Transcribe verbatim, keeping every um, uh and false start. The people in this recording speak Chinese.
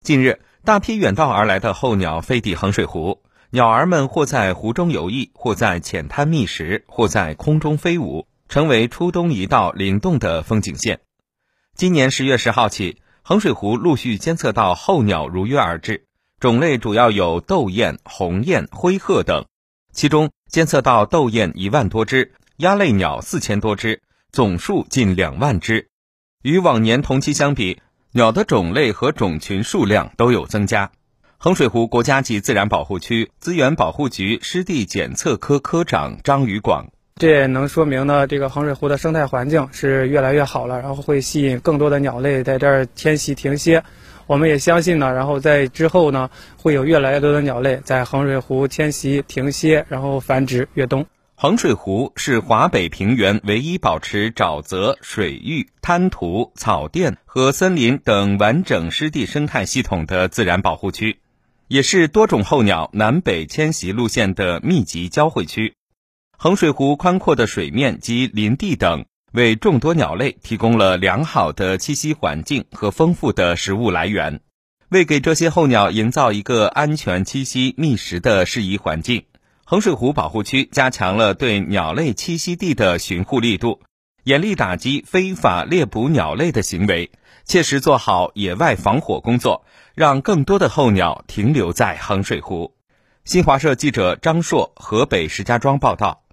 近日，大批远道而来的候鸟飞抵衡水湖，鸟儿们或在湖中游弋，或在浅滩觅食，或在空中飞舞，成为初冬一道灵动的风景线。今年十月十号起，衡水湖陆续监测到候鸟如约而至，种类主要有斗雁、鸿雁、灰鹤等，其中监测到斗雁一万多只，鸭类鸟四千多只，总数近两万只。与往年同期相比，鸟的种类和种群数量都有增加。衡水湖国家级自然保护区资源保护局湿地检测科科长张宇广， 这也能说明呢，这个衡水湖的生态环境是越来越好了，然后会吸引更多的鸟类在这儿迁徙停歇。我们也相信呢，然后在之后呢，会有越来越多的鸟类在衡水湖迁徙停歇，然后繁殖越冬。 衡水湖是华北平原唯一保持沼泽、水域、滩涂、草甸和森林等完整湿地生态系统的自然保护区，也是多种候鸟南北迁徙路线的密集交汇区。衡水湖宽阔的水面及林地等，为众多鸟类提供了良好的栖息环境和丰富的食物来源，为给这些候鸟营造一个安全栖息觅食的适宜环境，衡水湖保护区加强了对鸟类栖息地的巡护力度，严厉打击非法猎捕鸟类的行为，切实做好野外防火工作，让更多的候鸟停留在衡水湖。新华社记者张硕，河北石家庄报道。